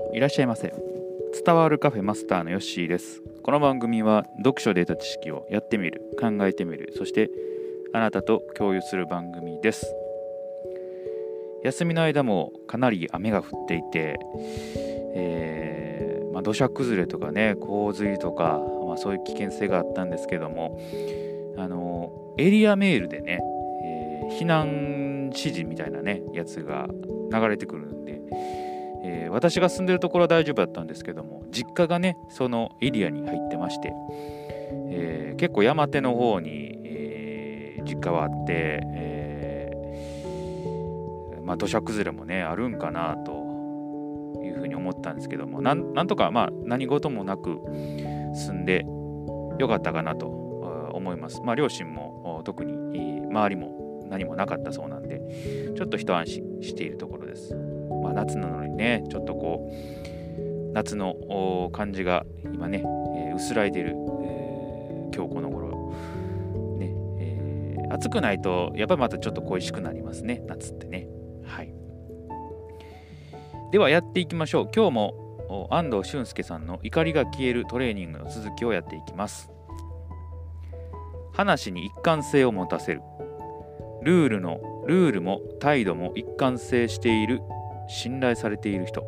いらっしゃいませ。伝わるカフェマスターのヨッシーです。この番組は読書で得た知識をやってみる、考えてみる、そしてあなたと共有する番組です。休みの間もかなり雨が降っていて、土砂崩れとかね、洪水とか、そういう危険性があったんですけども、エリアメールでね、避難指示みたいなねやつが流れてくるんで、私が住んでるところは大丈夫だったんですけども、実家がねそのエリアに入ってまして、結構山手の方に、実家はあって、土砂崩れもねあるんかなというふうに思ったんですけども、なんとか何事もなく住んでよかったかなと思います。両親も特に周りも何もなかったそうなんで、ちょっと一安心しているところです。夏なのにね、ちょっとこう夏の感じが今ね、薄らいでいる、今日この頃ね、暑くないとやっぱりまたちょっと恋しくなりますね、夏ってね。はい。ではやっていきましょう。今日も安藤俊介さんの怒りが消えるトレーニングの続きをやっていきます。話に一貫性を持たせる。ルールも態度も一貫性している、信頼されている人。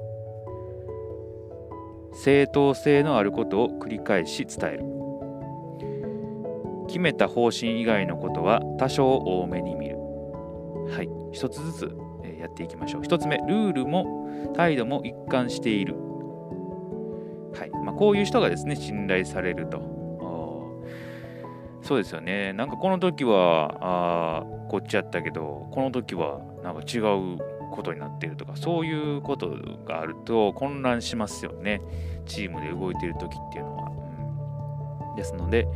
正当性のあることを繰り返し伝える。決めた方針以外のことは多少多めに見る。はい、一つずつやっていきましょう。一つ目、ルールも態度も一貫している。はい、こういう人がですね信頼されると。そうですよね。なんかこの時はこっちやったけど、この時はなんか違うことになっているとか、そういうことがあると混乱しますよね。チームで動いている時っていうのは。ですので、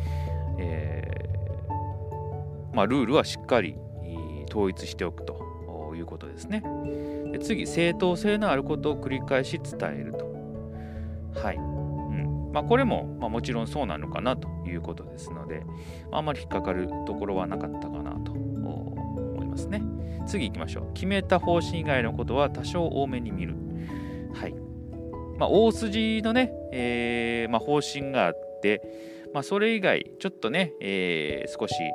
ルールはしっかり統一しておくということですね。で次、正当性のあることを繰り返し伝えると。はい。これも、もちろんそうなのかなということですので、あんまり引っかかるところはなかったかなと思いますね。次行きましょう。決めた方針以外のことは多少多めに見る。はい。大筋のね、方針があって、それ以外ちょっとね、少し、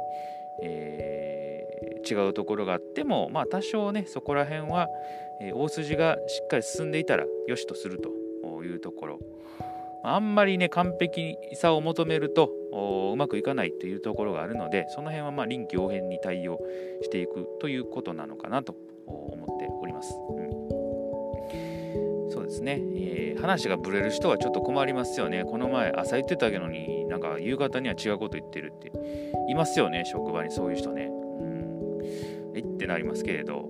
違うところがあっても、多少ねそこら辺は、大筋がしっかり進んでいたらよしとするというところ。あんまりね完璧さを求めるとうまくいかないというところがあるので、その辺は臨機応変に対応していくということなのかなと思っております。そうですね、話がブレる人はちょっと困りますよね。この前朝言ってたけどになんか夕方には違うこと言ってるっていますよね、職場にそういう人ね。ってなりますけれど、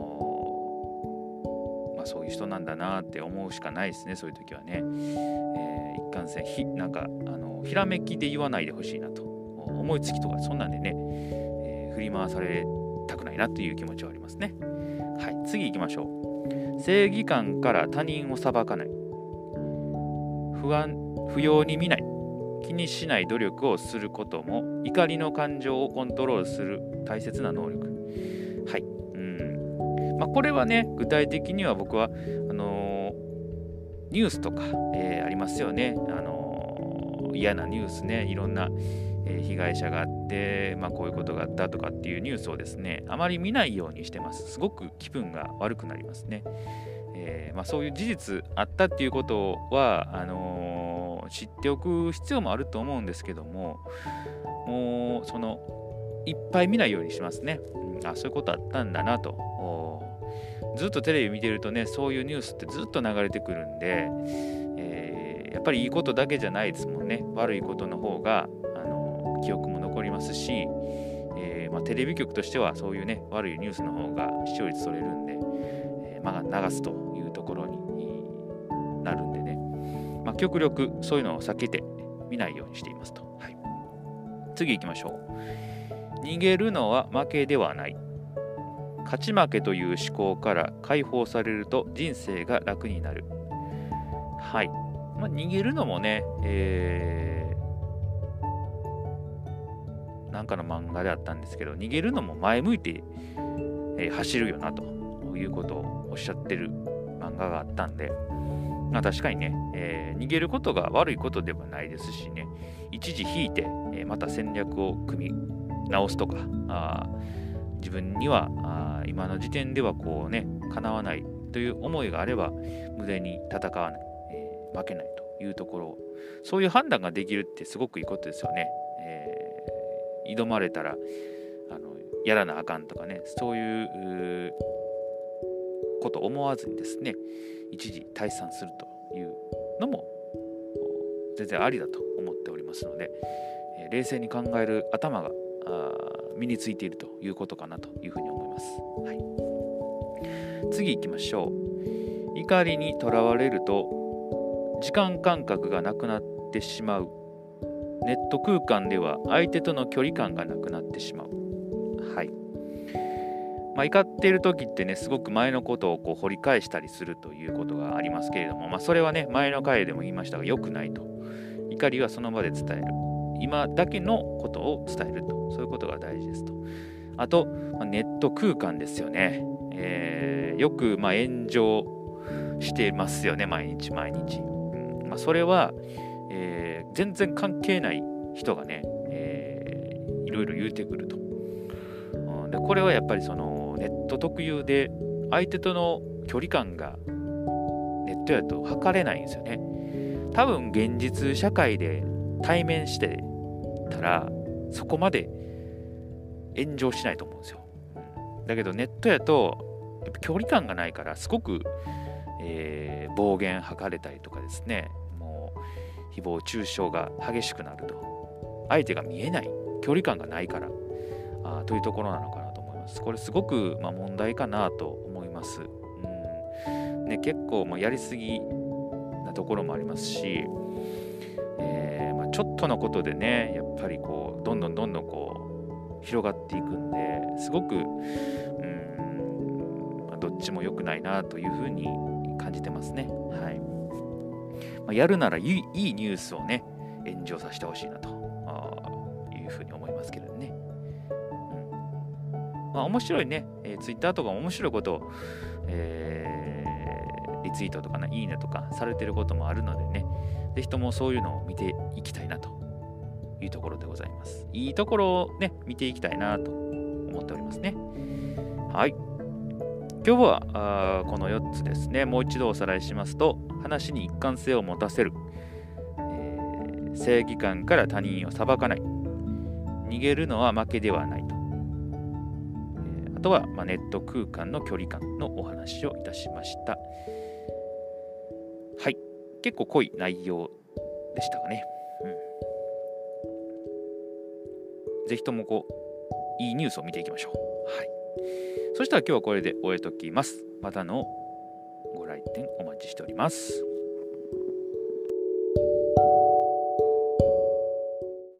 そういう人なんだなって思うしかないですね、そういう時はね。一貫性なんかひらめきで言わないでほしいなと、思いつきとかそんなんでね、振り回されたくないなという気持ちはありますね。はい、次行きましょう。正義感から他人を裁かない。不要に見ない。気にしない努力をすることも怒りの感情をコントロールする大切な能力。はい。これはね、具体的には僕はニュースとか、ありますよね。嫌なニュースね、いろんな、被害者があって、こういうことがあったとかっていうニュースをですね、あまり見ないようにしてます。すごく気分が悪くなりますね。そういう事実あったっていうことは知っておく必要もあると思うんですけども、もういっぱい見ないようにしますね。そういうことあったんだなと。ずっとテレビ見てるとね、そういうニュースってずっと流れてくるんで、やっぱりいいことだけじゃないですもんね。悪いことの方が記憶も残りますし、テレビ局としてはそういうね悪いニュースの方が視聴率取れるんで、流すというところになるんでね、極力そういうのを避けて見ないようにしていますと。はい、次行きましょう。逃げるのは負けではない。勝ち負けという思考から解放されると人生が楽になる。はい。逃げるのもね、なんかの漫画であったんですけど、逃げるのも前向いて、走るよなということをおっしゃってる漫画があったんで、 確かにね、逃げることが悪いことではないですしね、一時引いて、また戦略を組み直すとか、自分には今の時点ではこうね、叶わないという思いがあれば、無駄に戦わない、負けないというところ、そういう判断ができるってすごくいいことですよね。挑まれたらやらなあかんとかね、そういうことを思わずにですね、一時退散するというのも全然ありだと思っておりますので、冷静に考える頭が身についているということかなというふうに思います。はい、次行きましょう。怒りにとらわれると時間感覚がなくなってしまう。ネット空間では相手との距離感がなくなってしまう。はい。怒っている時ってね、すごく前のことをこう掘り返したりするということがありますけれども、それはね、前の回でも言いましたが、良くないと。怒りはその場で伝える。今だけのことを伝えると。そういうことが大事ですと。あと、ネット空間ですよね。よく炎上してますよね、毎日毎日。それは、全然関係ない人がね、いろいろ言うてくると。でこれはやっぱりそのネット特有で相手との距離感がネットやと測れないんですよね。多分現実社会で対面してたらそこまで炎上しないと思うんですよ。だけどネットやとやっぱ距離感がないからすごく、暴言吐かれたりとかですね、もう誹謗中傷が激しくなると。相手が見えない、距離感がないからというところなのかなと思います。これすごく問題かなと思います。ね、結構やりすぎなところもありますし、ちょっとのことでね、やっぱりこうどんどんこう広がっていくんで、すごくどっちも良くないなというふうに感じてますね。はい。やるならいいニュースをね炎上させてほしいなというふうに思いますけどね。面白いね、ツイッターとか面白いことを、リツイートとかいいねとかされてることもあるのでね、ぜひともそういうのを見ていきたいなというところでございます。いいところをね見ていきたいなと思っておりますね。はい。今日はこの4つですね、もう一度おさらいしますと、話に一貫性を持たせる、正義感から他人を裁かない、逃げるのは負けではないと、あとは、ネット空間の距離感のお話をいたしました。はい、結構濃い内容でしたかね。ぜひともいいニュースを見ていきましょう。はい。そしたら今日はこれで終えときます。またのご来店お待ちしております。